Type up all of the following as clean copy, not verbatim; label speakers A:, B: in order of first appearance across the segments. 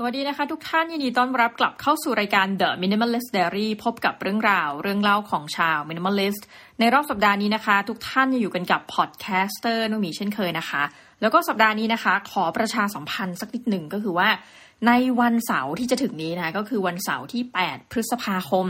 A: วัสดีนะคะทุกท่านยินดีต้อนรับกลับเข้าสู่รายการ The Minimalist Diary พบกับเรื่องเล่าของชาว Minimalist ในรอบสัปดาห์นี้นะคะทุกท่านอยู่กันกับพอดแคสเตอร์นุ่มหมีเช่นเคยนะคะแล้วก็สัปดาห์นี้นะคะขอประชาสัมพันธ์สักนิดหนึ่งก็คือว่าในวันเสาร์ที่จะถึงนี้นะคะก็คือวันเสาร์ที่8พฤษภาคม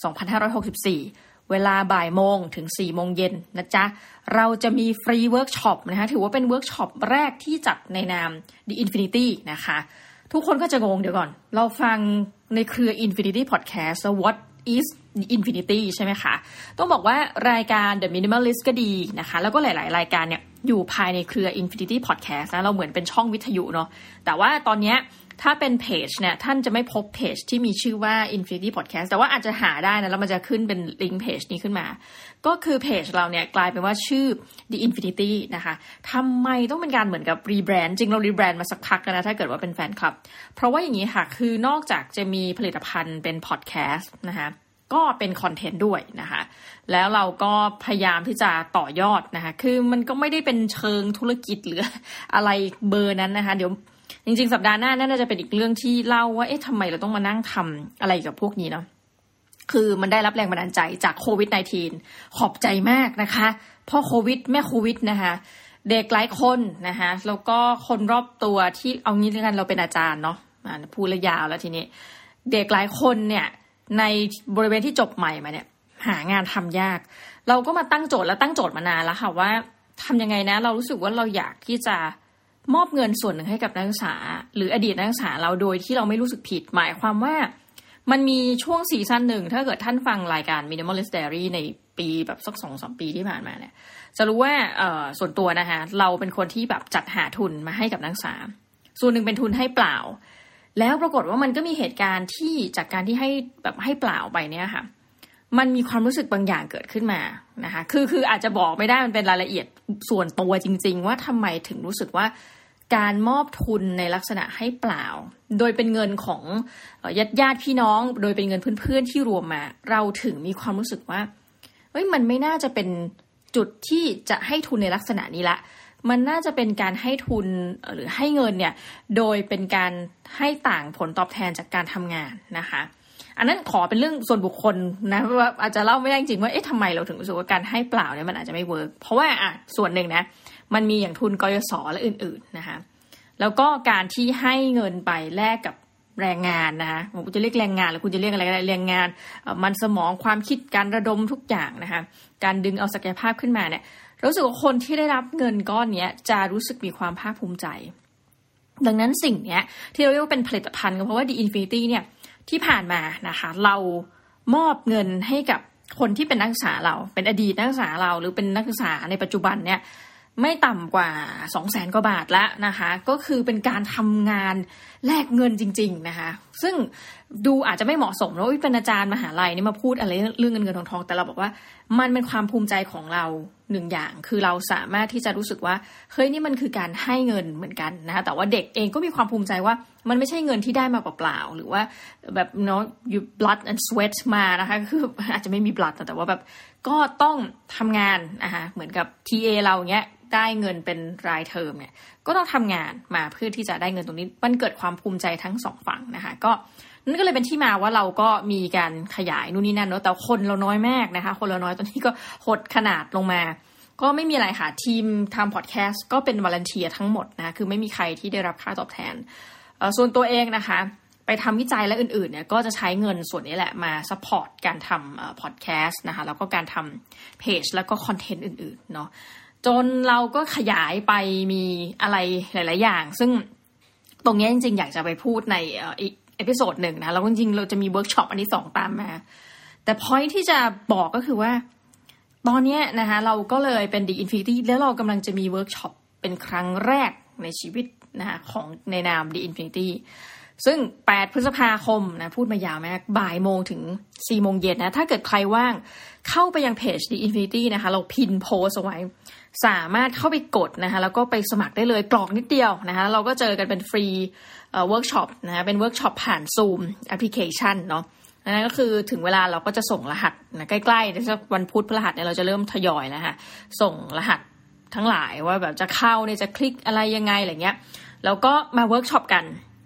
A: 2564เวลาบ่ายโมงถึง4โมงเย็นนะจ๊ะเราจะมีฟรีเวิร์กช็อปนะคะถือว่าเป็นเวิร์กช็อปแรกที่จัดในนาม The Infinity นะคะทุกคนก็จะงงเดี๋ยวก่อนเราฟังในเครือ Infinity Podcast What is The Infinity ใช่ไหมคะต้องบอกว่ารายการ The Minimalist ก็ดีนะคะแล้วก็หลายๆรายการเนี่ยอยู่ภายในเครือ Infinity Podcast นะเราเหมือนเป็นช่องวิทยุเนาะแต่ว่าตอนนี้ถ้าเป็นเพจเนี่ยท่านจะไม่พบเพจที่มีชื่อว่า Infinity Podcast แต่ว่าอาจจะหาได้นะแล้วมันจะขึ้นเป็นลิงก์เพจนี้ขึ้นมาก็คือเพจเราเนี่ยกลายเป็นว่าชื่อ The Infinity นะคะทำไมต้องเป็นการเหมือนกับรีแบรนด์จริงเรารีแบรนด์มาสักพักแล้วนะถ้าเกิดว่าเป็นแฟนคลับเพราะว่าอย่างนี้ค่ะคือนอกจากจะมีผลิตภัณฑ์เป็นพอดแคสต์นะคะก็เป็นคอนเทนต์ด้วยนะคะแล้วเราก็พยายามที่จะต่อยอดนะคะคือมันก็ไม่ได้เป็นเชิงธุรกิจหรืออะไรเบอร์นั้นนะคะเดี๋ยวจริงๆสัปดาห์หน้าน่าจะเป็นอีกเรื่องที่เล่าว่าทำไมเราต้องมานั่งทำอะไรกับพวกนี้เนาะคือมันได้รับแรงบันดาลใจจากโควิด -19 ขอบใจมากนะคะพ่อโควิดแม่โควิดนะคะเด็กหลายคนนะคะแล้วก็คนรอบตัวที่เอางี้ด้วยกันเราเป็นอาจารย์เนาะพูดระยาวแล้วทีนี้เด็กหลายคนเนี่ยในบริเวณที่จบใหม่มาเนี่ยหางานทำยากเราก็มาตั้งโจทย์มานานแล้วค่ะว่าทำยังไงนะเรารู้สึกว่าเราอยากที่จะมอบเงินส่วนหนึ่งให้กับนักศึกษาหรืออดีตนักศึกษาเราโดยที่เราไม่รู้สึกผิดหมายความว่ามันมีช่วงซีซั่นหนึ่งถ้าเกิดท่านฟังรายการ Minimalist Diary ในปีแบบสัก 2-3 ปีที่ผ่านมาเนี่ยจะรู้ว่าส่วนตัวนะคะเราเป็นคนที่แบบจัดหาทุนมาให้กับนักศึกษาส่วนหนึ่งเป็นทุนให้เปล่าแล้วปรากฏว่ามันก็มีเหตุการณ์ที่จากการที่ให้แบบให้เปล่าไปเนี่ยค่ะมันมีความรู้สึกบางอย่างเกิดขึ้นมานะคะคืออาจจะบอกไม่ได้มันเป็นรายละเอียดส่วนตัวจริงๆว่าทำไมถึงรู้สึกว่าการมอบทุนในลักษณะให้เปล่าโดยเป็นเงินของญาติพี่น้องโดยเป็นเงินเพื่อนๆที่รวมมาเราถึงมีความรู้สึกว่ามันไม่น่าจะเป็นจุดที่จะให้ทุนในลักษณะนี้ละมันน่าจะเป็นการให้ทุนหรือให้เงินเนี่ยโดยเป็นการให้ต่างผลตอบแทนจากการทำงานนะคะอันนั้นขอเป็นเรื่องส่วนบุคคลนะว่าอาจจะเล่าไม่ได้จริงว่าทำไมเราถึงรู้สึกว่าการให้เปล่าเนี่ยมันอาจจะไม่เวิร์กเพราะว่าส่วนหนึ่งนะมันมีอย่างทุนกยศและอื่นๆนะคะแล้วก็การที่ให้เงินไปแลกกับแรงงานนะคะคุณจะเรียกแรงงานหรือคุณจะเรียกอะไรก็ได้แรงงานมันสมองความคิดการระดมทุกอย่างนะคะการดึงเอาศักยภาพขึ้นมาเนี่ยรู้สึกว่าคนที่ได้รับเงินก้อนนี้จะรู้สึกมีความภาคภูมิใจดังนั้นสิ่งนี้ที่เราเรียกว่าเป็นผลิตภัณฑ์ก็เพราะว่า The Infinity เนี่ยที่ผ่านมานะคะเรามอบเงินให้กับคนที่เป็นนักศึกษาเราเป็นอดีตนักศึกษาเราหรือเป็นนักศึกษาในปัจจุบันเนี่ยไม่ต่ำกว่า 200,000 กว่าบาทแล้วนะคะก็คือเป็นการทำงานแลกเงินจริงๆนะคะซึ่งดูอาจจะไม่เหมาะสมแล้วเป็นอาจารย์มหาลัยนี่มาพูดอะไรเรื่องเงินทองแต่เราบอกว่ามันเป็นความภูมิใจของเราหนึ่งอย่างคือเราสามารถที่จะรู้สึกว่าเฮ้ยนี่มันคือการให้เงินเหมือนกันนะคะแต่ว่าเด็กเองก็มีความภูมิใจว่ามันไม่ใช่เงินที่ได้มาเปล่าๆหรือว่าแบบyou blood and sweat มานะคะคืออาจจะไม่มี blood แต่ว่าแบบก็ต้องทำงานเหมือนกับ TA เราเงี้ยได้เงินเป็นรายเทอมเนี่ยก็ต้องทำงานมาเพื่อที่จะได้เงินตรงนี้มันเกิดความภูมิใจทั้งสองฝั่งนะคะก็นั่นก็เลยเป็นที่มาว่าเราก็มีการขยายนู่นนี่นั่นเนาะแต่คนเราน้อยมากนะคะคนเราน้อยตอนนี้ก็หดขนาดลงมาก็ไม่มีอะไรค่ะทีมทำพอดแคสต์ก็เป็นวอลันเทียร์ทั้งหมดนะคือไม่มีใครที่ได้รับค่าตอบแทนส่วนตัวเองนะคะไปทำวิจัยและอื่นๆเนี่ยก็จะใช้เงินส่วนนี้แหละมาซัพพอร์ตการทำพอดแคสต์นะคะแล้วก็การทำเพจแล้วก็คอนเทนต์อื่นๆเนาะจนเราก็ขยายไปมีอะไรหลายๆอย่างซึ่งตรงนี้จริงๆอยากจะไปพูดในอีกเอพิโซดหนึ่งนะแล้วจริงๆเราจะมีเวิร์กช็อปอันที่2ตามมาแต่พอยท์ที่จะบอกก็คือว่าตอนนี้นะคะเราก็เลยเป็น The Infinity แล้วเรากำลังจะมีเวิร์กช็อปเป็นครั้งแรกในชีวิตนะคะของในนาม The Infinity ซึ่ง8พฤษภาคมนะพูดมายาวมากบ่ายโมงถึง4โมงเย็นนะถ้าเกิดใครว่างเข้าไปยังเพจ The Infinity นะคะเราพินโพสเอาไว้สามารถเข้าไปกดนะคะแล้วก็ไปสมัครได้เลยกรอกนิดเดียวนะคะเราก็เจอกันเป็นฟรีเวิร์กช็อปนะคะเป็นเวิร์กช็อปผ่าน Zoom แอปพลิเคชันเนาะนั่นก็คือถึงเวลาเราก็จะส่งรหัสนะใกล้ๆสักวันพุธพฤหัสเนี่ยเราจะเริ่มทยอยแล้วค่ะส่งรหัสทั้งหลายว่าแบบจะเข้าเนี่ยจะคลิกอะไรยังไงอะไรเงี้ยแล้วก็มาเวิร์กช็อปกัน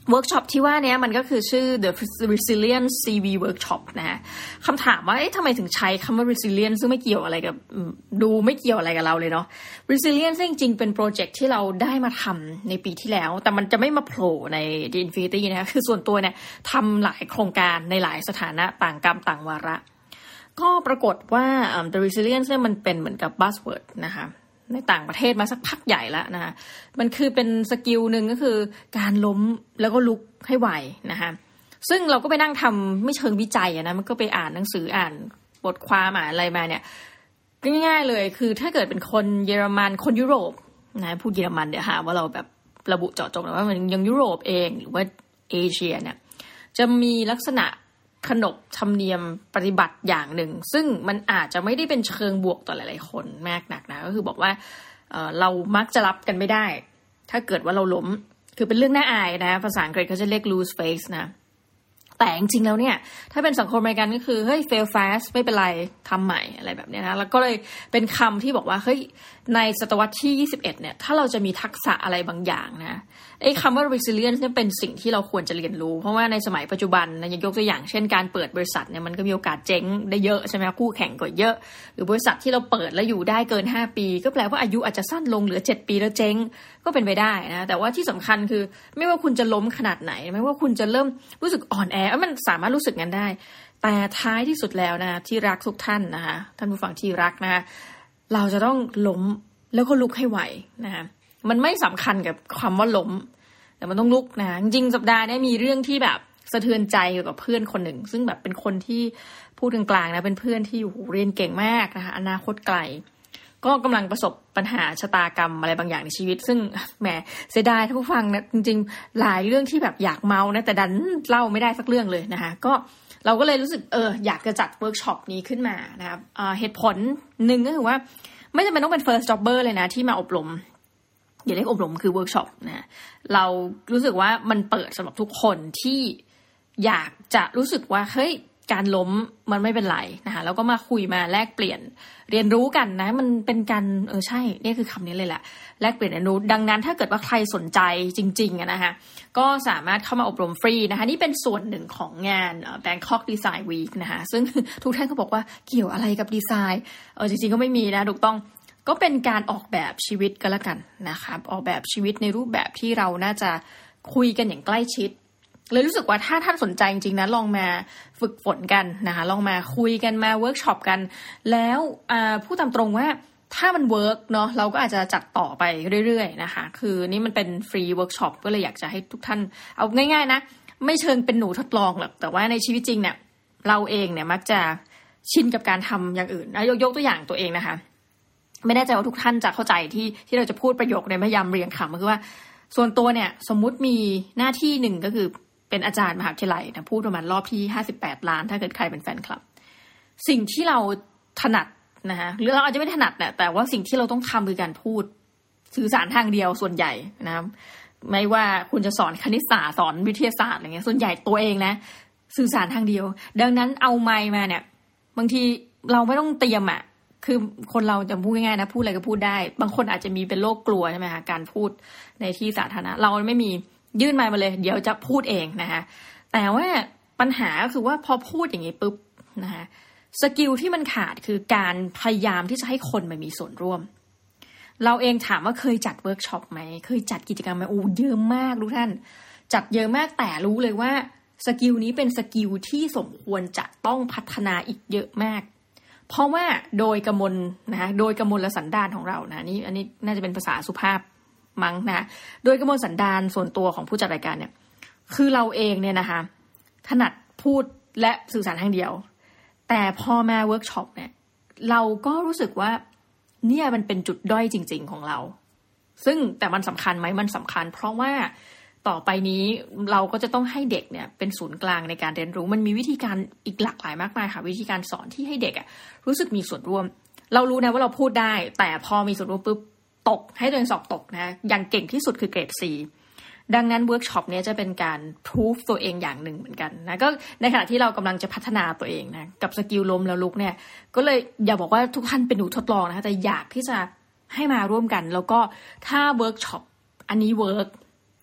A: เวิร์กช็อปที่ว่านี้มันก็คือชื่อ The Resilience CV Workshop นะฮะคำถามว่าทำไมถึงใช้คำว่า Resilience ซึ่งไม่เกี่ยวอะไรกับดูไม่เกี่ยวอะไรกับเราเลยเนาะ Resilience จริงๆเป็นโปรเจกต์ที่เราได้มาทำในปีที่แล้วแต่มันจะไม่มาโผล่ใน The Infinity นะคะคือส่วนตัวเนี่ยทำหลายโครงการในหลายสถานะต่างกรรมต่างวาระก็ปรากฏว่าThe Resilience เนี่ยมันเป็นเหมือนกับ buzzword นะคะในต่างประเทศมาสักพักใหญ่แล้วนะคะมันคือเป็นสกิลหนึ่งก็คือการล้มแล้วก็ลุกให้ไหวนะคะซึ่งเราก็ไปนั่งทำไม่เชิงวิจัยนะมันก็ไปอ่านหนังสืออ่านบทความอ่านอะไรมาเนี่ยง่ายๆเลยคือถ้าเกิดเป็นคนเยอรมันคนยุโรปนะพูดเยอรมันเดี๋ยวหาว่าเราแบบระบุเจาะจงนะว่ามันยังยุโรปเองหรือว่าเอเชียเนี่ยจะมีลักษณะขนบธรรมเนียมปฏิบัติอย่างหนึ่งซึ่งมันอาจจะไม่ได้เป็นเชิงบวกต่อหลายๆคนมากนักนะก็คือบอกว่าเรามักจะรับกันไม่ได้ถ้าเกิดว่าเราล้มคือเป็นเรื่องน่าอายนะภาษาอังกฤษเขาจะเรียก lose face นะแต่จริงๆแล้วเนี่ยถ้าเป็นสังคมอเมริกันก็คือเฮ้ย fail fast ไม่เป็นไรทำใหม่อะไรแบบนี้นะแล้วก็เลยเป็นคำที่บอกว่าเฮ้ยในศตวรรษที่21เนี่ยถ้าเราจะมีทักษะอะไรบางอย่างนะไอ้คำว่า resilience เนี่ยเป็นสิ่งที่เราควรจะเรียนรู้เพราะว่าในสมัยปัจจุบันนะยกตัวอย่างเช่นการเปิดบริษัทเนี่ยมันก็มีโอกาสเจ๊งได้เยอะใช่ไหมคู่แข่งก็เยอะหรือบริษัทที่เราเปิดแล้วอยู่ได้เกิน5ปีก็แปลว่าอายุอาจจะสั้นลงเหลือ7ปีแล้วเจ๊งก็เป็นไปได้นะแต่ว่าที่สำคัญคือไม่ว่าคุณจะล้มขนาดไหนไม่ว่าคุณจะเริ่มรู้สึกอ่อนแอมันสามารถรู้สึกงั้นได้แต่ท้ายที่สุดแล้วนะที่รักทุกท่านนะคะท่านผู้ฟังที่รักนะคะเราจะต้องล้มแล้วก็ลุกให้ไหวนะคะมันไม่สำคัญกับความว่าล้มแต่มันต้องลุกนะจริงๆสัปดาห์นี้มีเรื่องที่แบบสะเทือนใจเกี่ยวกับเพื่อนคนหนึ่งซึ่งแบบเป็นคนที่พูดกลางๆนะเป็นเพื่อนที่เรียนเก่งมากนะคะอนาคตไกลก็กำลังประสบปัญหาชะตากรรมอะไรบางอย่างในชีวิตซึ่งแหมเสียดายท่านผู้ฟังนะจริงๆหลายเรื่องที่แบบอยากเมานะแต่ดันเล่าไม่ได้สักเรื่องเลยนะคะก็เราก็เลยรู้สึกอยากจะจัดเวิร์กช็อปนี้ขึ้นมานะครับเหตุผลหนึ่งก็คือว่าไม่จำเป็นต้องเป็น first jobber เลยนะที่มาอบรมอย่าเรียกอบรมคือเวิร์กช็อปนะเรารู้สึกว่ามันเปิดสำหรับทุกคนที่อยากจะรู้สึกว่าเฮ้ยการล้มมันไม่เป็นไรนะคะแล้วก็มาคุยมาแลกเปลี่ยนเรียนรู้กันนะมันเป็นการใช่นี่คือคำนี้เลยแหละแลกเปลี่ยนเรียนรู้ดังนั้นถ้าเกิดว่าใครสนใจจริงๆนะคะก็สามารถเข้ามาอบรมฟรีนะคะนี่เป็นส่วนหนึ่งของงาน Bangkok Design Week นะคะซึ่งทุกท่านก็บอกว่าเกี่ยวอะไรกับดีไซน์จริงๆก็ไม่มีนะถูกต้องก็เป็นการออกแบบชีวิตก็แล้วกันนะคะออกแบบชีวิตในรูปแบบที่เราน่าจะคุยกันอย่างใกล้ชิดเลยรู้สึกว่าถ้าท่านสนใจจริงๆนะลองมาฝึกฝนกันนะคะลองมาคุยกันมาเวิร์กช็อปกันแล้วพูดตามตรงว่าถ้ามันเวิร์กเนาะเราก็อาจจะจัดต่อไปเรื่อยๆนะคะคือนี่มันเป็นฟรีเวิร์กช็อปก็เลยอยากจะให้ทุกท่านเอาง่ายๆนะไม่เชิงเป็นหนูทดลองหรอกแต่ว่าในชีวิตจริงเนี่ยเราเองเนี่ยมักจะชินกับการทำอย่างอื่นยกตัวอย่างตัวเองนะคะไม่แน่ใจว่าทุกท่านจะเข้าใจที่เราจะพูดประโยคในพยายามเรียงคำก็คือว่าส่วนตัวเนี่ยสมมุติมีหน้าที่หนึ่งก็คือเป็นอาจารย์มหาวิทยาลัยนะพูดประมาณรอบที่58ล้านถ้าเกิดใครเป็นแฟนคลับสิ่งที่เราถนัดนะคะหรือเราอาจจะไม่ถนัดนะแต่ว่าสิ่งที่เราต้องทำคือการพูดสื่อสารทางเดียวส่วนใหญ่นะไม่ว่าคุณจะสอนคณิตศาสตร์สอนวิทยาศาสตร์อะไรเงี้ยส่วนใหญ่ตัวเองนะสื่อสารทางเดียวดังนั้นเอาไมค์มาเนี่ยบางทีเราไม่ต้องเตรียมคือคนเราจะพูดง่ายๆนะพูดอะไรก็พูดได้บางคนอาจจะมีเป็นโรคกลัวใช่ไหมคะการพูดในที่สาธารณะเราไม่มียื่นไมค์มาเลยเดี๋ยวจะพูดเองนะคะแต่ว่าปัญหาก็คือว่าพอพูดอย่างนี้ปุ๊บนะคะสกิลที่มันขาดคือการพยายามที่จะให้คนมามีส่วนร่วมเราเองถามว่าเคยจัดเวิร์กช็อปไหมเคยจัดกิจกรรมไหมเยอะมากทุกท่านจัดเยอะมากแต่รู้เลยว่าสกิลนี้เป็นสกิลที่สมควรจะต้องพัฒนาอีกเยอะมากเพราะว่าโดยกมลนะคะโดยกมลสันดานของเรานะอันนี้น่าจะเป็นภาษาสุภาพมั้งนะโดยกมลสันดานส่วนตัวของผู้จัดรายการเนี่ยคือเราเองเนี่ยนะคะถนัดพูดและสื่อสารทางเดียวแต่พอมาเวิร์กช็อปเนี่ยเราก็รู้สึกว่าเนี่ยมันเป็นจุดด้อยจริงๆของเราซึ่งแต่มันสำคัญไหมมันสำคัญเพราะว่าต่อไปนี้เราก็จะต้องให้เด็กเนี่ยเป็นศูนย์กลางในการเรียนรู้มันมีวิธีการอีกหลากหลายมากมายค่ะวิธีการสอนที่ให้เด็กรู้สึกมีส่วนร่วมเรารู้นะว่าเราพูดได้แต่พอมีส่วนร่วมปุ๊บตกให้ตัวเองสอบตกนะอย่างเก่งที่สุดคือเกรด C ดังนั้นเวิร์กช็อปนี้จะเป็นการพิสูจตัวเองอย่างหนึ่งเหมือนกันนะก็ในขณะที่เรากำลังจะพัฒนาตัวเองนะกับสกิลล้มแล้วลุกเนี่ยก็เลยอย่าบอกว่าทุกท่านเป็นหนูทดลองนะคะแต่อยากที่จะให้มาร่วมกันแล้วก็ถ้าเวิร์กช็อปอันนี้เวิร์ก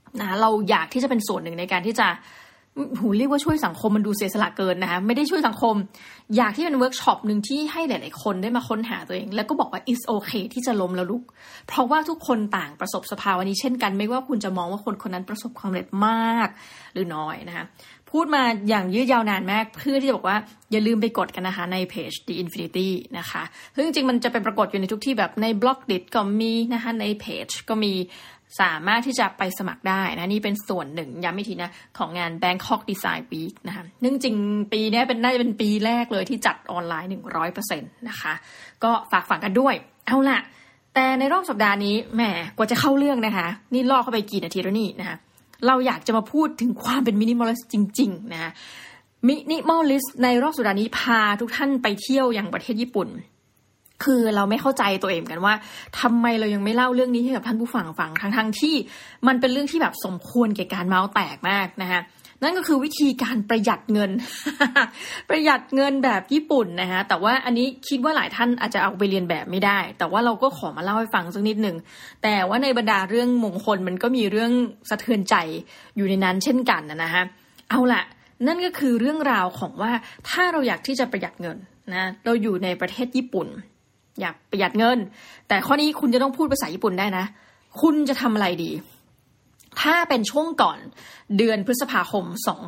A: นะเราอยากที่จะเป็นส่วนหนึ่งในการที่จะเรียกว่าช่วยสังคมมันดูเสียสละเกินนะคะไม่ได้ช่วยสังคมอยากที่เป็นเวิร์กช็อปนึงที่ให้หลายๆคนได้มาค้นหาตัวเองแล้วก็บอกว่า it's okay ที่จะล้มแล้วลุกเพราะว่าทุกคนต่างประสบสภาวะนี้เช่นกันไม่ว่าคุณจะมองว่าคนคนนั้นประสบความสำเร็จมากหรือน้อยนะคะพูดมาอย่างยืดยาวนานมากเพื่อที่จะบอกว่าอย่าลืมไปกดกันนะคะในเพจ The Infinity นะคะซึ่งจริงๆมันจะเป็นปรากฏอยู่ในทุกที่แบบใน Blogdit ก็มีนะคะในเพจก็มีสามารถที่จะไปสมัครได้นะนี่เป็นส่วนหนึ่งย้ำอีกทีนะของงาน Bangkok Design Week นะคะเนื่องจริงปีนี้น่าจะเป็นปีแรกเลยที่จัดออนไลน์ 100% นะคะก็ฝากฝังกันด้วยเอาล่ะแต่ในรอบสัปดาห์นี้แหมกว่าจะเข้าเรื่องนะคะนี่ล่อเข้าไปกี่นาทีแล้วนี่นะคะเราอยากจะมาพูดถึงความเป็นมินิมอลิสต์จริงๆนะคะมินิมอลิสต์ในรอบสัปดาห์นี้พาทุกท่านไปเที่ยวอย่างประเทศญี่ปุ่นคือเราไม่เข้าใจตัวเองกันว่าทำไมเรายังไม่เล่าเรื่องนี้ให้กับท่านผู้ฟังฟังทั้งที่มันเป็นเรื่องที่แบบสมควรแก่การเมาส์แตกมากนะคะนั่นก็คือวิธีการประหยัดเงิน ประหยัดเงินแบบญี่ปุ่นนะคะแต่ว่าอันนี้คิดว่าหลายท่านอาจจะเอาไปเรียนแบบไม่ได้แต่ว่าเราก็ขอมาเล่าให้ฟังสักนิดนึงแต่ว่าในบรรดาเรื่องมงคลมันก็มีเรื่องสะเทือนใจอยู่ในนั้นเช่นกันนะคะเอาล่ะนั่นก็คือเรื่องราวของว่าถ้าเราอยากที่จะประหยัดเงินนะเราอยู่ในประเทศญี่ปุ่นอยากประหยัดเงินแต่ข้อนี้คุณจะต้องพูดภาษาญี่ปุ่นได้นะคุณจะทำอะไรดีถ้าเป็นช่วงก่อนเดือนพฤษภาคม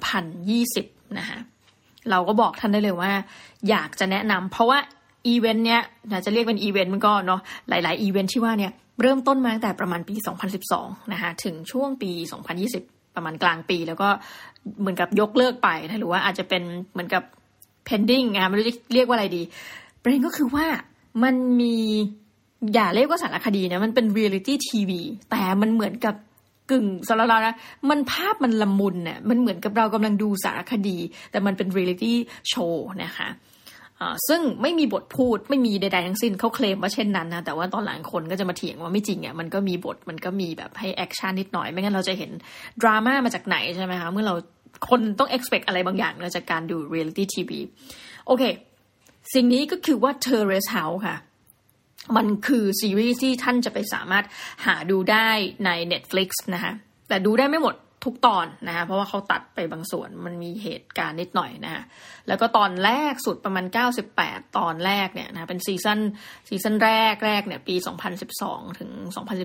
A: 2020นะคะเราก็บอกท่านได้เลยว่าอยากจะแนะนำเพราะว่าอีเวนต์เนี้ยจะเรียกเป็นอีเวนต์มันก็เนาะหลายๆอีเวนต์ที่ว่าเนี่ยเริ่มต้นมาตั้งแต่ประมาณปี2012นะคะถึงช่วงปี2020ประมาณกลางปีแล้วก็เหมือนกับยกเลิกไปนะหรือว่าอาจจะเป็นเหมือนกับ pending นะคะไม่รู้จะเรียกว่าอะไรดีประเด็นก็คือว่ามันมีอย่าเรียกว่าสารคดีนะมันเป็นเรียลิตี้ทีวีแต่มันเหมือนกับกึ่งสำหรับเรานะมันภาพมันละมุนน่ะมันเหมือนกับเรากำลังดูสารคดีแต่มันเป็นเรียลิตี้โชว์นะคะซึ่งไม่มีบทพูดไม่มีใดๆทั้งสิ้นเขาเคลมว่าเช่นนั้นนะแต่ว่าตอนหลังคนก็จะมาเถียงว่าไม่จริงอ่ะมันก็มีบทมันก็มีแบบให้แอคชั่นนิดหน่อยไม่งั้นเราจะเห็นดราม่ามาจากไหนใช่ไหมคะเมื่อเราคนต้อง expect อะไรบางอย่างจากการดูเรียลิตี้ทีวีโอเคสิ่งนี้ก็คือว่า Terrace House ค่ะมันคือซีรีส์ที่ท่านจะไปสามารถหาดูได้ใน Netflix นะคะแต่ดูได้ไม่หมดทุกตอนนะคะเพราะว่าเขาตัดไปบางส่วนมันมีเหตุการณ์นิดหน่อยนะคะแล้วก็ตอนแรกสุดประมาณ98ตอนแรกเนี่ยนะเป็นซีซั่นแรกเนี่ยปี2012ถึง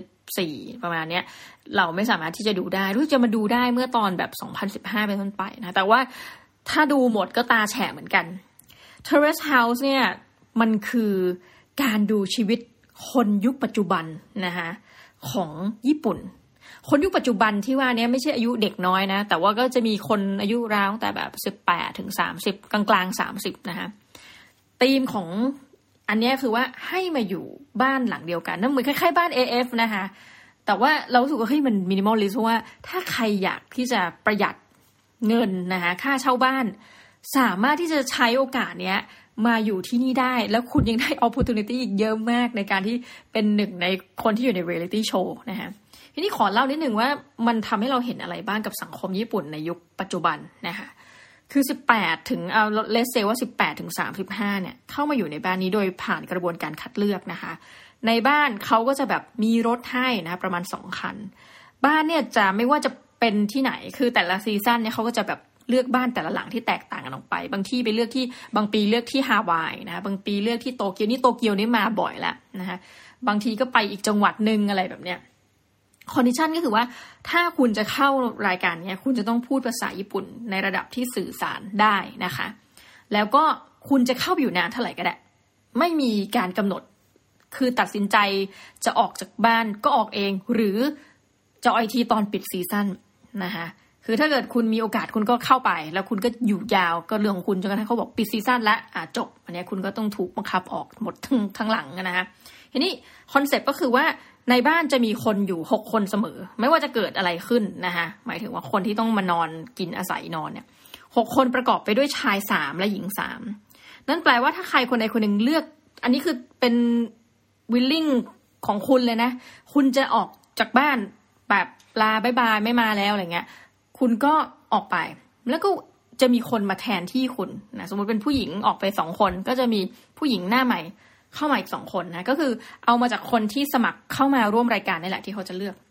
A: 2014ประมาณเนี้ยเราไม่สามารถที่จะดูได้รู้จะมาดูได้เมื่อตอนแบบ2015เป็นต้นไปนะแต่ว่าถ้าดูหมดก็ตาแฉะเหมือนกัน Terrace House เนี่ยมันคือการดูชีวิตคนยุคปัจจุบันนะคะของญี่ปุ่นคนยุคปัจจุบันที่ว่านี้ไม่ใช่อายุเด็กน้อยนะแต่ว่าก็จะมีคนอายุราวตั้งแต่แบบ18ถึง30กลางๆ30นะคะธีมของอันนี้คือว่าให้มาอยู่บ้านหลังเดียวกันนั่นเหมือนคล้ายๆบ้าน AF นะคะแต่ว่าเรารู้สึกว่าเฮ้ยมันมินิมอลลิสต์เพราะว่าถ้าใครอยากที่จะประหยัดเงินนะคะค่าเช่าบ้านสามารถที่จะใช้โอกาสเนี้ยมาอยู่ที่นี่ได้แล้วคุณยังได้ opportunity อีกเยอะมากในการที่เป็นหนึ่งในคนที่อยู่ใน reality show นะคะทีนี้ขอเล่านิดหนึ่งว่ามันทำให้เราเห็นอะไรบ้างกับสังคมญี่ปุ่นในยุคปัจจุบันนะคะคือ18ถึงเลสเซว่า18ถึง35เนี่ยเข้ามาอยู่ในบ้านนี้โดยผ่านกระบวนการคัดเลือกนะคะในบ้านเขาก็จะแบบมีรถให้นะประมาณ2คันบ้านเนี่ยจะไม่ว่าจะเป็นที่ไหนคือแต่ละซีซั่นเนี่ยเขาก็จะแบบเลือกบ้านแต่ละหลังที่แตกต่างกันออกไปบางที่ไปเลือกที่บางปีเลือกที่ฮาวายนะคะบางปีเลือกที่โตเกียวนี่มาบ่อยแล้วนะคะบางทีก็ไปอีกจังหวัดนึงอะไรแบบเนี้ยคอนดิชันก็คือว่าถ้าคุณจะเข้ารายการนี้คุณจะต้องพูดภาษาญี่ปุ่นในระดับที่สื่อสารได้นะคะแล้วก็คุณจะเข้าไปอยู่นานเท่าไหร่ก็ได้ไม่มีการกำหนดคือตัดสินใจจะออกจากบ้านก็ออกเองหรือจะเอาทีตอนปิดซีซั่นนะคะคือถ้าเกิดคุณมีโอกาสคุณก็เข้าไปแล้วคุณก็อยู่ยาวก็เรื่องของคุณจนกระทั่งเขาบอกปิดซีซั่นแล้วจบอันนี้คุณก็ต้องถูกบังคับออกหมดทั้งหลังนะคะทีนี้คอนเซ็ปต์ก็คือว่าในบ้านจะมีคนอยู่6คนเสมอไม่ว่าจะเกิดอะไรขึ้นนะคะหมายถึงว่าคนที่ต้องมานอนกินอาศัยนอนเนี่ย6คนประกอบไปด้วยชาย3และหญิง3นั่นแปลว่าถ้าใครคนใดคนหนึ่งเลือกอันนี้คือเป็นวิลลิ่งของคุณเลยนะคุณจะออกจากบ้านแบบลาบ๊ายบายไม่มาแล้วอะไรเงี้ยคุณก็ออกไปแล้วก็จะมีคนมาแทนที่คุณนะสมมติเป็นผู้หญิงออกไป2คนก็จะมีผู้หญิงหน้าใหม่เข้ามาอีก2คนนะก็คือเอามาจากคนที่สมัครเข้ามาร่วมรายการนี่แหละที่เขาจะเลือก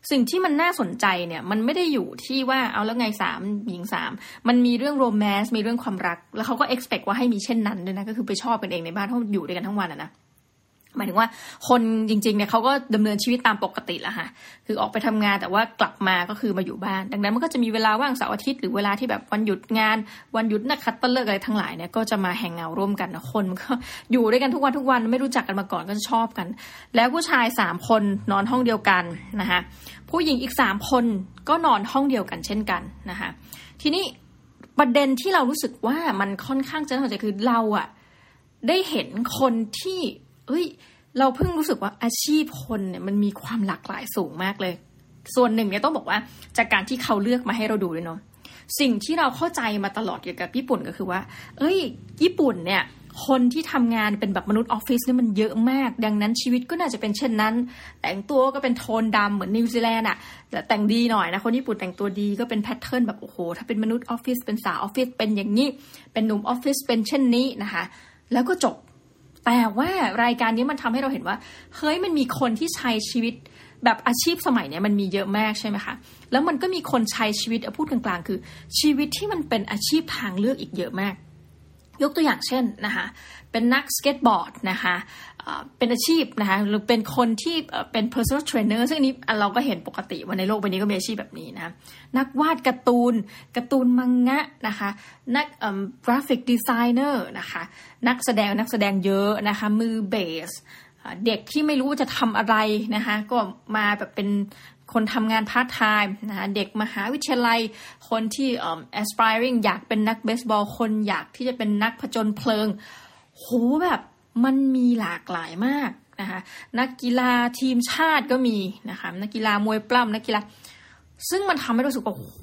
A: สิ่งที่มันน่าสนใจเนี่ยมันไม่ได้อยู่ที่ว่าเอาแล้วไง3หญิง3มันมีเรื่องโรแมนต์มีเรื่องความรักแล้วเขาก็ expect ว่าให้มีเช่นนั้นด้วยนะก็คือไปชอบกันเองในบ้านเพราะอยู่ด้วยกันทั้งวันนะหมายถึงว่าคนจริงๆเนี่ยเขาก็ดำเนินชีวิตตามปกติแหละค่ะคือออกไปทำงานแต่ว่ากลับมาก็คือมาอยู่บ้านดังนั้นมันก็จะมีเวลาว่างเสาร์อาทิตย์หรือเวลาที่แบบวันหยุดงานวันหยุดนักขัตฤกษ์อะไรทั้งหลายเนี่ยก็จะมาแฮงเอาท์ร่วมกันนะคนมันก็อยู่ด้วยกันทุกวันไม่รู้จักกันมาก่อนก็จะชอบกันแล้วผู้ชาย3คนนอนห้องเดียวกันนะคะผู้หญิงอีก3คนก็นอนห้องเดียวกันเช่นกันนะคะทีนี้ประเด็นที่เรารู้สึกว่ามันค่อนข้างจะน่าสนใจคือเราอะได้เห็นคนที่เราเพิ่งรู้สึกว่าอาชีพคนเนี่ยมันมีความหลากหลายสูงมากเลยส่วนหนึ่งเนี่ยต้องบอกว่าจากการที่เขาเลือกมาให้เราดูด้วยเนาะสิ่งที่เราเข้าใจมาตลอดเกี่ยวกับญี่ปุ่นก็คือว่าญี่ปุ่นเนี่ยคนที่ทำงานเป็นแบบมนุษย์ออฟฟิศเนี่ยมันเยอะมากดังนั้นชีวิตก็น่าจะเป็นเช่นนั้นแต่งตัวก็เป็นโทนดำเหมือนนิวซีแลนด์อะแต่แต่งดีหน่อยนะคนญี่ปุ่นแต่งตัวดีก็เป็นแพทเทิร์นแบบโอ้โหถ้าเป็นมนุษย์ออฟฟิศเป็นสาวออฟฟิศเป็นอย่างนี้เป็นหนุ่มออฟฟิศเป็นเช่นนี้นะคะแล้วก็จบแต่ว่ารายการนี้มันทำให้เราเห็นว่าเฮ้ยมันมีคนที่ใช้ชีวิตแบบอาชีพสมัยนี้มันมีเยอะมากใช่ไหมคะแล้วมันก็มีคนใช้ชีวิตพูดกลางๆคือชีวิตที่มันเป็นอาชีพทางเลือกอีกเยอะมากยกตัวอย่างเช่นนะคะเป็นนักสเก็ตบอร์ดนะคะเป็นอาชีพนะคะหรือเป็นคนที่เป็น personal trainer ซึ่งอันนี้เราก็เห็นปกติว่าในโลกใบนี้ก็มีอาชีพแบบนี้นะนักวาดการ์ตูนมังงะนะคะนักgraphic designer นะคะนักแสดงเยอะนะคะมือเบสเด็กที่ไม่รู้จะทำอะไรนะคะก็มาแบบเป็นคนทำงานพาร์ทไทม์นะคะเด็กมหาวิทยาลัยคนที่aspiring อยากเป็นนักเบสบอลคนอยากที่จะเป็นนักผจญเพลิงโหแบบมันมีหลากหลายมากนะคะนักกีฬาทีมชาติก็มีนะคะนักกีฬามวยปล้ำนักกีฬาซึ่งมันทำให้เรารู้สึกว่าโห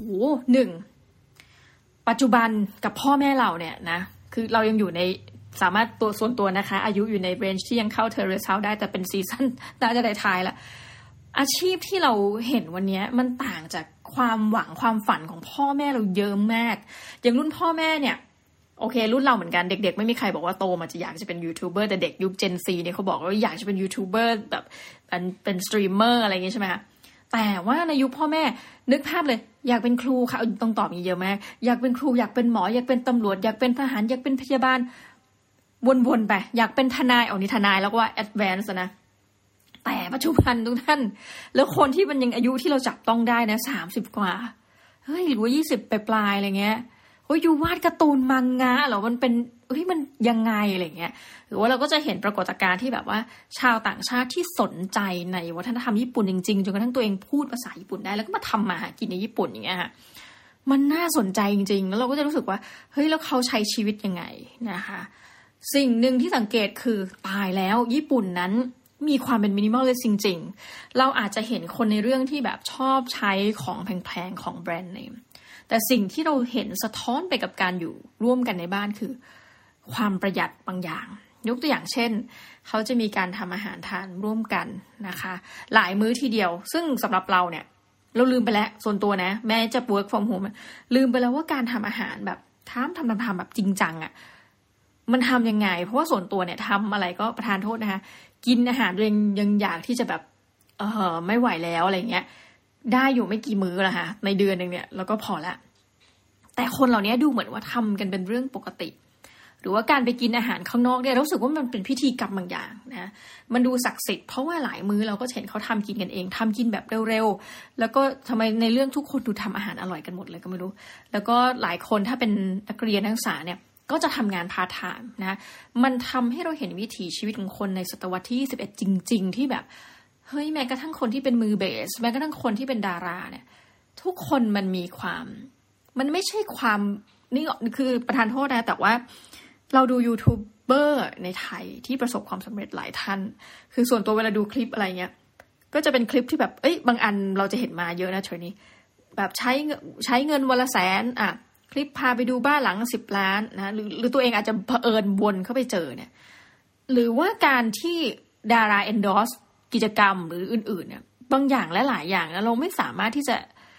A: ปัจจุบันกับพ่อแม่เราเนี่ยนะคือเรายังอยู่ในสามารถตัวส่วนตัวนะคะอายุอยู่ในเรนจ์ที่ยังเข้า Terrace House ได้แต่เป็นซีซั่นน่าจะได้ท้ายละอาชีพที่เราเห็นวันนี้มันต่างจากความหวังความฝันของพ่อแม่เราเยอะมากอย่างรุ่นพ่อแม่เนี่ยโอเครุ่นเราเหมือนกันเด็กๆไม่มีใครบอกว่าโตมาจะอยากจะเป็นยูทูบเบอร์แต่เด็กยุค Gen Z เนี่ยเขาบอกว่าอยากจะเป็นยูทูบเบอร์แบบเป็นสตรีมเมอร์อะไรอย่างงี้ใช่ไหมคะแต่ว่าในยุคพ่อแม่นึกภาพเลยอยากเป็นครูค่ะต้องตอบอย่างเยอะมากอยากเป็นครูอยากเป็นหมออยากเป็นตำรวจอยากเป็นทหารอยากเป็นพยาบาลวนๆไปอยากเป็นทนายนี่ทนายแล้วก็ว่า advance นะแต่ปัจจุบันทุกท่านแล้วคนที่มันยังอายุที่เราจับต้องได้นะ30กว่าเฮ้ยหรือว่า20ปลายๆอะไรเงี้ยโอ้ยอยู่วาดการ์ตูนมังงะเหรอมันเป็นมันยังไงอะไรเงี้ยหรือว่าเราก็จะเห็นปรากฏการณ์ที่แบบว่าชาวต่างชาติที่สนใจในวัฒนธรรมญี่ปุ่นจริงๆจนกระทั่งตัวเองพูดภาษาญี่ปุ่นได้แล้วก็มาทำมาหากินในญี่ปุ่นอย่างเงี้ยค่ะมันน่าสนใจจริงๆแล้วเราก็จะรู้สึกว่าเฮ้ยแล้วเขาใช้ชีวิตยังไงนะคะสิ่งหนึ่งที่สังเกตคือตายแล้วญี่ปุ่นนั้นมีความเป็นมินิมอลเลยจริงๆเราอาจจะเห็นคนในเรื่องที่แบบชอบใช้ของแพงๆของแบรนด์เนมแต่สิ่งที่เราเห็นสะท้อนไปกับการอยู่ร่วมกันในบ้านคือความประหยัดบางอย่างยกตัวอย่างเช่นเขาจะมีการทำอาหารทานร่วมกันนะคะหลายมื้อทีเดียวซึ่งสำหรับเราเนี่ยเราลืมไปแล้วส่วนตัวนะแม้จะ work from home ลืมไปแล้วว่าการทำอาหารแบบทำแบบจริงจังอ่ะมันทำยังไงเพราะว่าส่วนตัวเนี่ยทำอะไรก็ประทานโทษนะคะกินอาหารยังอยากที่จะแบบไม่ไหวแล้วอะไรเงี้ยได้อยู่ไม่กี่มื้อละค่ะในเดือนนึงเนี่ยแล้วก็พอละแต่คนเหล่านี้ดูเหมือนว่าทำกันเป็นเรื่องปกติหรือว่าการไปกินอาหารข้างนอกเนี่ยรู้สึกว่ามันเป็นพิธีกรรมบางอย่างนะมันดูศักดิ์สิทธิ์เพราะว่าหลายมื้อเราก็เห็นเขาทำกินกันเองทำกินแบบเร็วๆแล้วก็ทำไมในเรื่องทุกคนดูทำอาหารอร่อยกันหมดเลยก็ไม่รู้แล้วก็หลายคนถ้าเป็นนักเรียนนักศึกษาเนี่ยก็จะทำงานพาร์ทไทม์นะมันทำให้เราเห็นวิถีชีวิตของคนในศตวรรษที่21จริงๆที่แบบเฮ้ยแม้กระทั่งคนที่เป็นมือเบสแม้กระทั่งคนที่เป็นดาราเนี่ยทุกคนมันมีความมันไม่ใช่ความนี่คือประทานโทษนะแต่ว่าเราดูยูทูบเบอร์ในไทยที่ประสบความสำเร็จหลายท่านคือส่วนตัวเวลาดูคลิปอะไรเงี้ยก็จะเป็นคลิปที่แบบบางอันเราจะเห็นมาเยอะนะเธอนี้แบบใช้เงินวันละ100,000คลิปพาไปดูบ้านหลัง10 ล้านนะหรือตัวเองอาจจะเผอิญวนเข้าไปเจอเนี่ยหรือว่าการที่ดารา endorse กิจกรรมหรืออื่นๆเนี่ยบางอย่างและหลายอย่างนะเราไม่สามารถที่จะ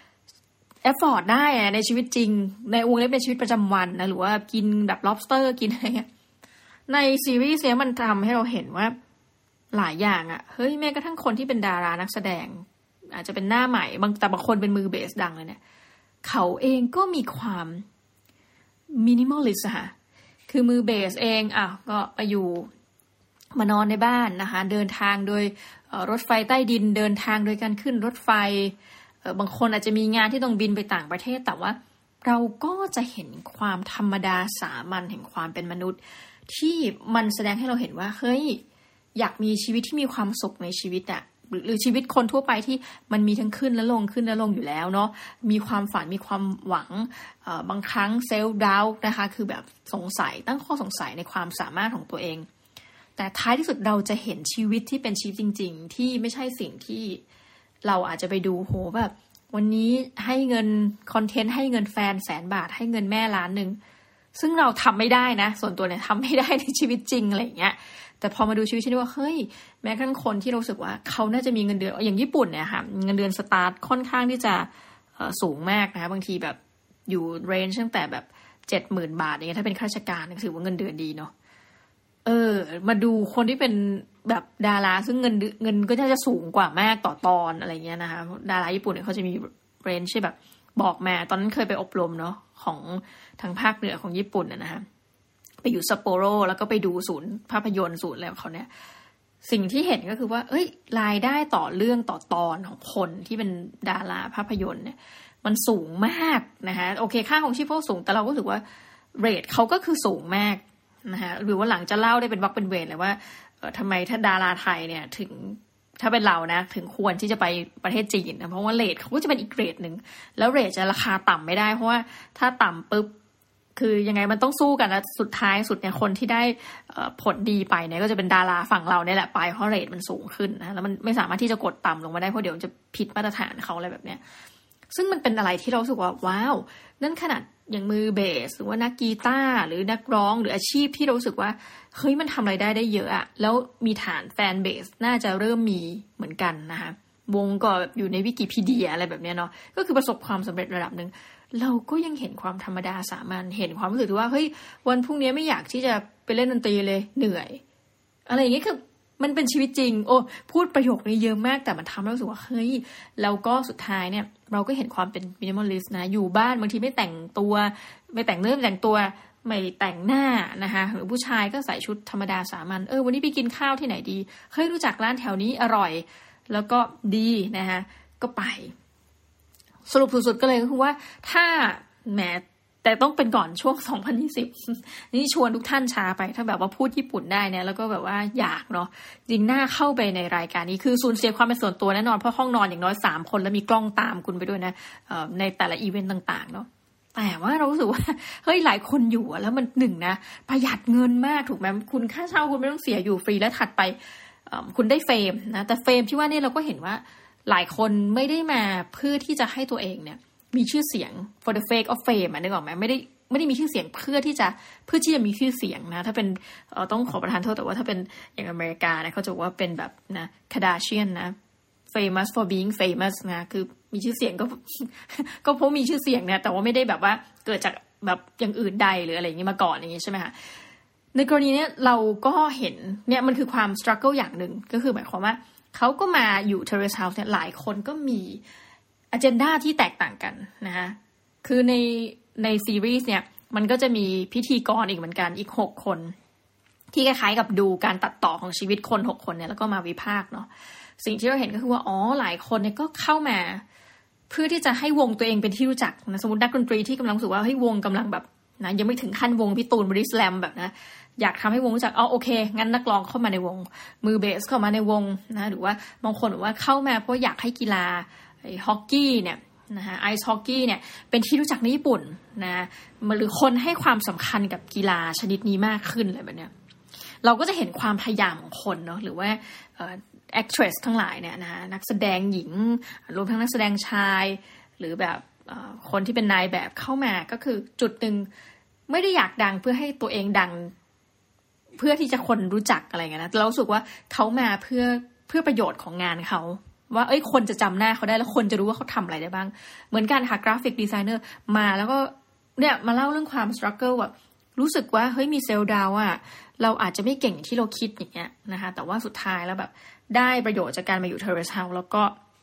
A: afford ได้ในชีวิตจริงในวงเล็บในชีวิตประจำวันนะหรือว่ากินแบบ lobster กินอะไรเงี้ยในซีรีส์เนี้ยมันทำให้เราเห็นว่าหลายอย่างเฮ้ยแม้กระทั่งคนที่เป็นดารานักแสดงอาจจะเป็นหน้าใหม่แต่บางคนเป็นมือเบสดังเลยเนี่ยเขาเองก็มีความมินิมอลลิสต์ค่ะคือมือเบสเองก็ไปอยู่มานอนในบ้านนะคะเดินทางโดยรถไฟใต้ดินเดินทางโดยการขึ้นรถไฟบางคนอาจจะมีงานที่ต้องบินไปต่างประเทศแต่ว่าเราก็จะเห็นความธรรมดาสามัญแห่งความเป็นมนุษย์ที่มันแสดงให้เราเห็นว่าเฮ้ยอยากมีชีวิตที่มีความสุขในชีวิตอะหรือชีวิตคนทั่วไปที่มันมีทั้งขึ้นและลงอยู่แล้วเนาะมีความฝันมีความหวังบางครั้งเซลฟ์ดาวต์นะคะคือแบบสงสัยตั้งข้อสงสัยในความสามารถของตัวเองแต่ท้ายที่สุดเราจะเห็นชีวิตที่เป็นชีวิตจริงๆที่ไม่ใช่สิ่งที่เราอาจจะไปดูโหแบบวันนี้ให้เงินคอนเทนต์ให้เงินแฟน100,000 บาทให้เงินแม่1,000,000ซึ่งเราทำไม่ได้นะส่วนตัวเนี่ยทำไม่ได้ในชีวิตจริงอะไรอย่างเงี้ยแต่พอมาดูชีวิตฉันว่าเฮ้ยแม้กระทั่งคนที่รู้สึกว่าเขาน่าจะมีเงินเดือนอย่างญี่ปุ่นเนี่ยค่ะเงินเดือนสตาร์ทค่อนข้างที่จะสูงมากนะคะบางทีแบบอยู่เรนจ์ตั้งแต่แบบ 70,000 บาทอย่างเงี้ยถ้าเป็นข้าราชการถือว่าเงินเดือนดีเนาะมาดูคนที่เป็นแบบดาราซึ่งเงินก็น่าจะสูงกว่ามากต่อตอนอะไรเงี้ยนะคะดาราญี่ปุ่นเนี่ยเขาจะมีเรนจ์ที่แบบบอกมาตอนนั้นเคยไปอบรมเนาะของทางภาคเหนือของญี่ปุ่นนะคะไปอยู่ซัปโปโรแล้วก็ไปดูศูนย์ภาพยนตร์ศูนย์อะไรของเขาเนี่ยสิ่งที่เห็นก็คือว่ารายได้ต่อเรื่องต่อตอนของคนที่เป็นดาราภาพยนตร์เนี่ยมันสูงมากนะคะโอเคค่าของชีพเขาสูงแต่เราก็รู้สึกว่าเรทเขาก็คือสูงมากนะคะหรือว่าหลังจะเล่าได้เป็นวรรคเป็นเวรเลยว่าทำไมถ้าดาราไทยเนี่ยถึงถ้าเป็นเรานะถึงควรที่จะไปประเทศจีนนะเพราะว่าเรทเขาก็จะเป็นอีกเรทนึงแล้วเรทจะราคาต่ำไม่ได้เพราะว่าถ้าต่ำปุ๊บคือยังไงมันต้องสู้กันแล้วสุดท้ายสุดเนี่ยคนที่ได้ผลดีไปเนี่ยก็จะเป็นดาราฝั่งเราเนี่ยแหละไปเพราะเรทมันสูงขึ้นนะแล้วมันไม่สามารถที่จะกดต่ำลงมาได้เพราะเดี๋ยวจะผิดมาตรฐานเขาอะไรแบบเนี้ยซึ่งมันเป็นอะไรที่เรารู้สึกว่าว้าวนั่นขนาดอย่างมือเบสหรือว่านักกีตาร์หรือนักร้องหรืออาชีพที่เรารู้สึกว่าเฮ้ยมันทำรายได้เยอะอะแล้วมีฐานแฟนเบสน่าจะเริ่มมีเหมือนกันนะคะวงก็อยู่ในวิกิพีเดียอะไรแบบเนี้ยเนาะก็คือประสบความสำเร็จระดับนึงเราก็ยังเห็นความธรรมดาสามัญเห็นความรู้สึกว่าเฮ้ยวันพรุ่งนี้ไม่อยากที่จะไปเล่นดนตรีเลยเหนื่อยอะไรอย่างเงี้ยคือมันเป็นชีวิตจริงพูดประโยคนี้เยอะมากแต่มันทำให้รู้สึกว่าเฮ้ยแล้วก็สุดท้ายเนี่ยเราก็เห็นความเป็นมินิมอลลิสต์นะอยู่บ้านบางทีไม่แต่งตัวไม่แต่งเนื้อไม่แต่งตัวไม่แต่งหน้านะคะหรือผู้ชายก็ใส่ชุดธรรมดาสามัญวันนี้ไปกินข้าวที่ไหนดีเฮ้ยรู้จักร้านแถวนี้อร่อยแล้วก็ดีนะคะก็ไปสรุปสุดๆก็เลยก็คือว่าถ้าแหมแต่ต้องเป็นก่อนช่วง2020นี่ชวนทุกท่านช้าไปถ้าแบบว่าพูดญี่ปุ่นได้เนี่ยแล้วก็แบบว่าอยากเนาะจริงหน้าเข้าไปในรายการนี้คือสูญเสียความเป็นส่วนตัวแน่นอนเพราะห้องนอนอย่างน้อย3คนแล้วมีกล้องตามคุณไปด้วยนะในแต่ละอีเวนต์ต่างๆเนาะแต่ว่าเรารู้สึกว่าเฮ้ยหลายคนอยู่แล้วมันหนึ่งนะประหยัดเงินมากถูกไหมคุณค่าเช่าคุณไม่ต้องเสียอยู่ฟรีและถัดไปคุณได้เฟรมนะแต่เฟรมที่ว่านี่เราก็เห็นว่าหลายคนไม่ได้มาเพื่อที่จะให้ตัวเองเนี่ยมีชื่อเสียง for the sake of fame นึกออกไหมไม่ได้มีชื่อเสียงเพื่อที่จะมีชื่อเสียงนะถ้าเป็นต้องขอประทานโทษแต่ว่าถ้าเป็นอย่างอเมริกานะเขาจะว่าเป็นแบบนะ Kardashian นะ famous for being famous นะคือมีชื่อเสียงก็เพราะมีชื่อเสียงเนี่ยแต่ว่าไม่ได้แบบว่าเกิดจากแบบอย่างอื่นใดหรืออะไรอย่างนี้มาก่อนอย่างนี้ใช่ไหมคะในกรณีนี้เราก็เห็นเนี่ยมันคือความ struggle อย่างหนึ่งก็คือหมายความว่าเขาก็มาอยู่ Terrace House เนี่ยหลายคนก็มีagenda ที่แตกต่างกันนะคะคือในซีรีส์เนี่ยมันก็จะมีพิธีกรอีกเหมือนกันอีก6คนที่คล้ายๆกับดูการตัดต่อของชีวิตคน6คนเนี่ยแล้วก็มาวิพากษ์เนาะสิ่งที่เราเห็นก็คือว่าหลายคนเนี่ยก็เข้ามาเพื่อที่จะให้วงตัวเองเป็นที่รู้จักนะสมมตินักดนตรีที่กำลังรู้สึกว่าให้วงกำลังแบบนะยังไม่ถึงขั้นวงพี่ตูนบอดี้สแลมแบบนะอยากทำให้วงรู้จักโอเคงั้นนักร้องเข้ามาในวงมือเบสเข้ามาในวงนะหรือว่าบางคนบอกว่าเข้ามาเพราะอยากให้กีฬาฮอกกี้เนี่ยนะคะไอซ์ฮอกกี้เนี่ยเป็นที่รู้จักในญี่ปุ่นนะหรือคนให้ความสำคัญกับกีฬาชนิดนี้มากขึ้นอะไรแบบเนี้ยเราก็จะเห็นความพยายามของคนเนาะหรือว่าactress ทั้งหลายเนี่ยนะนักแสดงหญิงรวมทั้งนักแสดงชายหรือแบบคนที่เป็นนายแบบเข้ามาก็คือจุดหนึ่งไม่ได้อยากดังเพื่อให้ตัวเองดังเพื่อที่จะคนรู้จักอะไรเงี้ยนะเรารู้สึกว่าเขามาเพื่อประโยชน์ของงานเขาว่าคนจะจำหน้าเขาได้แล้วคนจะรู้ว่าเขาทำอะไรได้บ้างเหมือนกันค่ะกราฟิกดีไซเนอร์มาแล้วก็เนี่ยมาเล่าเรื่องความสตรักเกิลแบบรู้สึกว่าเฮ้ยมีเซลล์ดาวอ่ะเราอาจจะไม่เก่งอย่างที่เราคิดอย่างเงี้ยนะคะแต่ว่าสุดท้ายแล้วแบบได้ประโยชน์จากการมาอยู่ Terrace House แล้วก็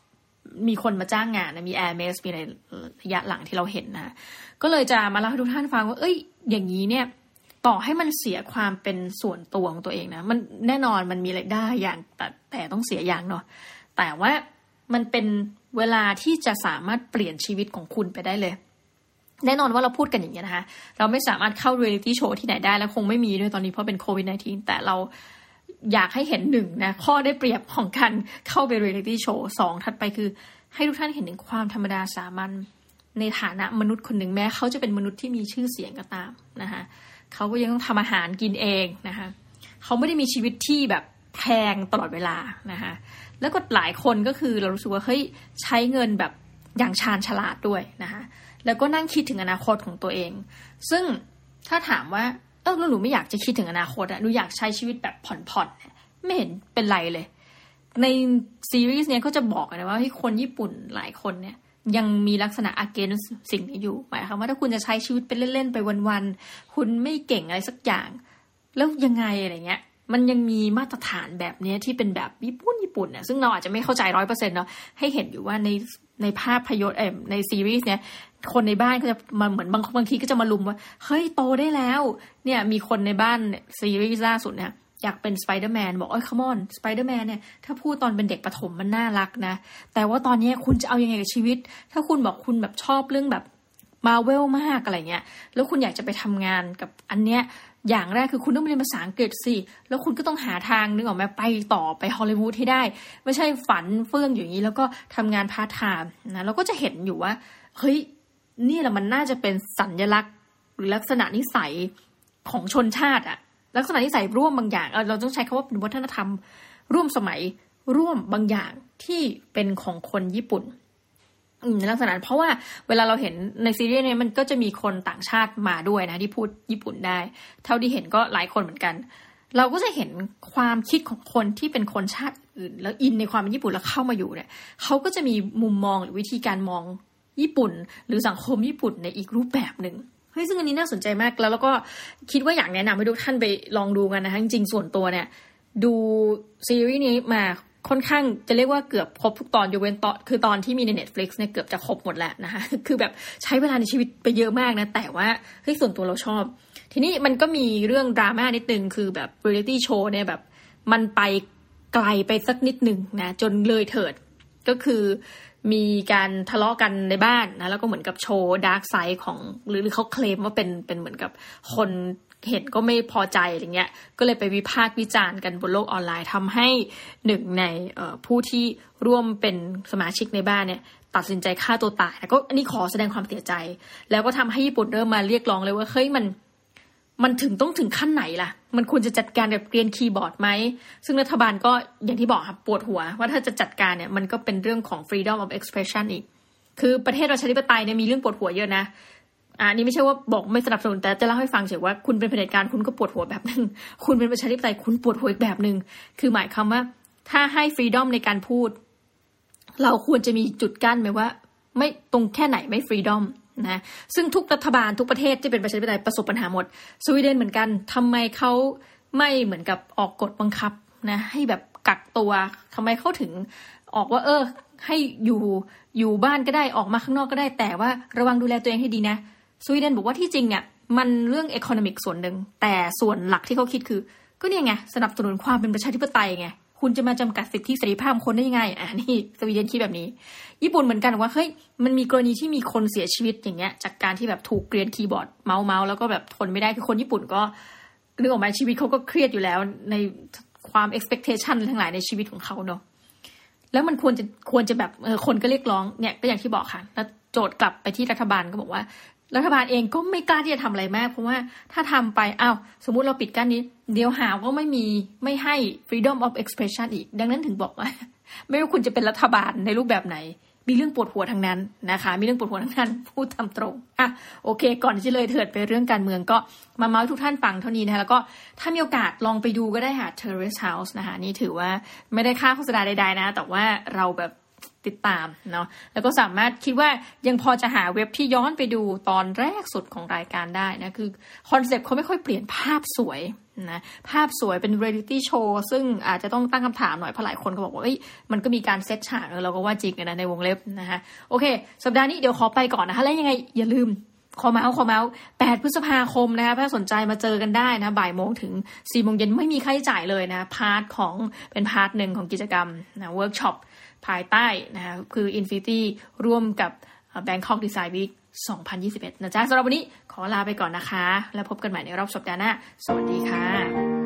A: มีคนมาจ้างงานนะมี Hermes มีอะไรระยะหลังที่เราเห็นนะก็เลยจะมาเล่าให้ทุกท่านฟังว่าอย่างนี้เนี่ยต่อให้มันเสียความเป็นส่วนตัวของตัวเองนะมันแน่นอนมันมีรายได้อย่างแต่ต้องเสียอย่างเนาะแต่ว่ามันเป็นเวลาที่จะสามารถเปลี่ยนชีวิตของคุณไปได้เลยแน่นอนว่าเราพูดกันอย่างนี้นะคะเราไม่สามารถเข้าเรียลิตี้โชว์ที่ไหนได้แล้วคงไม่มีด้วยตอนนี้เพราะเป็นโควิด -19 แต่เราอยากให้เห็นหนึ่งนะข้อได้เปรียบของการเข้าไปเรียลิตี้โชว์2ถัดไปคือให้ทุกท่านเห็นถึงความธรรมดาสามัญในฐานะมนุษย์คนหนึ่งแม้เขาจะเป็นมนุษย์ที่มีชื่อเสียงก็ตามนะคะเขาก็ยังต้องทำอาหารกินเองนะคะเขาไม่ได้มีชีวิตที่แบบแพงตลอดเวลานะคะแล้วก็หลายคนก็คือเรารู้สึกว่าเฮ้ยใช้เงินแบบอย่างชาญฉลาดด้วยนะคะแล้วก็นั่งคิดถึงอนาคตของตัวเองซึ่งถ้าถามว่าแล้วหนูไม่อยากจะคิดถึงอนาคตอะหนูอยากใช้ชีวิตแบบผ่อนๆไม่เห็นเป็นไรเลยในซีรีส์เนี้ยเขาจะบอกนะว่าให้คนญี่ปุ่นหลายคนเนี่ยยังมีลักษณะ against สิ่งนี้อยู่หมายความว่าถ้าคุณจะใช้ชีวิตไปเล่นๆไปวันๆคุณไม่เก่งอะไรสักอย่างแล้วยังไงอะไรเงี้ยมันยังมีมาตรฐานแบบนี้ที่เป็นแบบญี่ปุ่นเนี่ยซึ่งเราอาจจะไม่เข้าใจ 100% เนาะให้เห็นอยู่ว่าในภาพยนตร์ในซีรีส์เนี่ยคนในบ้านก็จะมาเหมือนบางทีก็จะมาลุมว่าเฮ้ยโตได้แล้วเนี่ยมีคนในบ้านซีรีส์ล่าสุดเนี่ยอยากเป็นสไปเดอร์แมนบอกคัมออนสไปเดอร์แมนเนี่ยถ้าพูดตอนเป็นเด็กประถมมันน่ารักนะแต่ว่าตอนนี้คุณจะเอายังไงกับชีวิตถ้าคุณบอกคุณแบบชอบเรื่องแบบมาเวลมากอะไรเงี้ยแล้วคุณอยากจะไปทำงานกับอันเนี้ยอย่างแรกคือคุณต้องเรียนภาษาอังกฤษสิแล้วคุณก็ต้องหาทางนึกออกไหมไปต่อไปฮอลลีวูดให้ได้ไม่ใช่ฝันเฟื่องอย่างนี้แล้วก็ทำงานพาร์ทไทม์นะเราก็จะเห็นอยู่ว่าเฮ้ยนี่แหละมันน่าจะเป็นสัญลักษณ์หรือลักษณะนิสัยของชนชาติอะลักษณะนิสัยร่วมบางอย่างเราต้องใช้คำว่าเป็นวัฒนธรรมร่วมสมัยร่วมบางอย่างที่เป็นของคนญี่ปุ่นในลักษณะเพราะว่าเวลาเราเห็นในซีรีส์เนี่ยมันก็จะมีคนต่างชาติมาด้วยนะที่พูดญี่ปุ่นได้เท่าที่เห็นก็หลายคนเหมือนกันเราก็จะเห็นความคิดของคนที่เป็นคนชาติอื่นแล้วอินในความเป็นญี่ปุ่นแล้วเข้ามาอยู่เนี่ยเขาก็จะมีมุมมองหรือวิธีการมองญี่ปุ่นหรือสังคมญี่ปุ่นในอีกรูปแบบนึงเฮ้ยซึ่งอันนี้น่าสนใจมากแล้วก็คิดว่าอยากแนะนำให้ทุกท่านไปลองดูกันนะคะจริงๆส่วนตัวเนี่ยดูซีรีส์นี้มาค่อนข้างจะเรียกว่าเกือบครบทุกตอนยกเว้นตอนคือตอนที่มีใน Netflix เนี่ยเกือบจะครบหมดแล้วนะคะคือแบบใช้เวลาในชีวิตไปเยอะมากนะแต่ว่าเฮ้ยส่วนตัวเราชอบทีนี้มันก็มีเรื่องดราม่านิดนึงคือแบบเรียลิตี้โชว์เนี่ยแบบมันไปไกลไปสักนิดนึงนะจนเลยเถิดก็คือมีการทะเลาะกันในบ้านนะแล้วก็เหมือนกับโชว์ดาร์กไซด์ของหรือเขาเคลมว่าเป็นเหมือนกับคนเห็นก็ไม่พอใจอะไรเงี้ยก็เลยไปวิพากษ์วิจารณ์กันบนโลกออนไลน์ทำให้หนึ่งในผู้ที่ร่วมเป็นสมาชิกในบ้านเนี่ยตัดสินใจฆ่าตัวตายแล้วก็อันนี้ขอแสดงความเสียใจแล้วก็ทำให้ญี่ปุ่นเริ่มมาเรียกร้องเลยว่าเฮ้ยมันต้องถึงขั้นไหนล่ะมันควรจะจัดการกับเกรียนคีย์บอร์ดไหมซึ่งรัฐบาลก็อย่างที่บอกครับปวดหัวว่าถ้าจะจัดการเนี่ยมันก็เป็นเรื่องของ freedom of expression อีกคือประเทศประชาธิปไตยเนี่ยมีเรื่องปวดหัวเยอะนะอันนี้ไม่ใช่ว่าบอกไม่สนับสนุนแต่จะเล่าให้ฟังเฉยว่าคุณเป็นเผด็จการคุณก็ปวดหัวแบบนึงคุณเป็นประชาธิปไตยคุณปวดหัวอีกแบบนึงคือหมายความว่าถ้าให้ freedom ในการพูดเราควรจะมีจุดกั้นไหมว่าไม่ตรงแค่ไหนไม่ freedomนะซึ่งทุกรัฐบาลทุกประเทศที่เป็นประชาธิปไตยประสบปัญหาหมดสวีเดนเหมือนกันทำไมเขาไม่เหมือนกับออกกฎบังคับนะให้แบบกักตัวทำไมเขาถึงออกว่าให้อยู่บ้านก็ได้ออกมาข้างนอกก็ได้แต่ว่าระวังดูแลตัวเองให้ดีนะสวีเดนบอกว่าที่จริงเนี่ยมันเรื่อง economic ส่วนหนึ่งแต่ส่วนหลักที่เขาคิดคือก็เนี่ยไงสนับสนุนความเป็นประชาธิปไตยไงคุณจะมาจำกัดสิทธิเสรีภาพคนได้ยังไงนี่สวีเดนคิดแบบนี้ญี่ปุ่นเหมือนกันว่าเฮ้ยมันมีกรณีที่มีคนเสียชีวิตอย่างเงี้ยจากการที่แบบถูกเกรียนคีย์บอร์ดเมาส์แล้วก็แบบทนไม่ได้คือคนญี่ปุ่นก็นึกออกมาชีวิตเขาก็เครียดอยู่แล้วในความ expectation ทั้งหลายในชีวิตของเขาเนาะแล้วมันควรจะแบบคนก็เรียกร้องเนี่ยก็อย่างที่บอกค่ะแล้วโจทย์กลับไปที่รัฐบาลก็บอกว่ารัฐบาลเองก็ไม่กล้าที่จะทำอะไรมากเพราะว่าถ้าทำไปสมมุติเราปิดกั้นนี้เดี๋ยวหาว่าไม่ให้ freedom of expression อีกดังนั้นถึงบอกว่าไม่ว่าคุณจะเป็นรัฐบาลในรูปแบบไหนมีเรื่องปวดหัวทั้งนั้นนะคะมีเรื่องปวดหัวทั้งนั้นพูดตามตรงโอเคก่อนที่เลยเถิดไปเรื่องการเมืองก็มาเมาส์ทุกท่านฟังเท่านี้นะคะแล้วก็ถ้ามีโอกาสลองไปดูก็ได้ค่ะ Terrace House นะคะนี่ถือว่าไม่ได้ค่าโฆษณาใดๆนะแต่ว่าเราแบบติดตามเนาะแล้วก็สามารถคิดว่ายังพอจะหาเว็บที่ย้อนไปดูตอนแรกสุดของรายการได้นะคือคอนเซ็ปต์เขาไม่ค่อยเปลี่ยนภาพสวยนะภาพสวยเป็นเรียลิตี้โชว์ซึ่งอาจจะต้องตั้งคำถามหน่อยเพราะหลายคนก็บอกว่ามันก็มีการเซตฉากเราก็ว่าจริงนะในวงเล็บนะคะโอเคสัปดาห์นี้เดี๋ยวขอไปก่อนนะคะแล้วยังไงอย่าลืมขอเมาส์8 พฤษภาคมนะคะถ้าสนใจมาเจอกันได้นะบ่ายโมงถึง4 โมงเย็นไม่มีค่าใช้จ่ายเลยนะพาร์ทของเป็นพาร์ทหนึ่งของกิจกรรมนะเวิร์กช็อปภายใต้นะคะคือ Infinity ร่วมกับ Bangkok Design Week 2021นะจ๊ะสำหรับวันนี้ขอลาไปก่อนนะคะแล้วพบกันใหม่ในรอบสัปดาห์หน้าสวัสดีค่ะ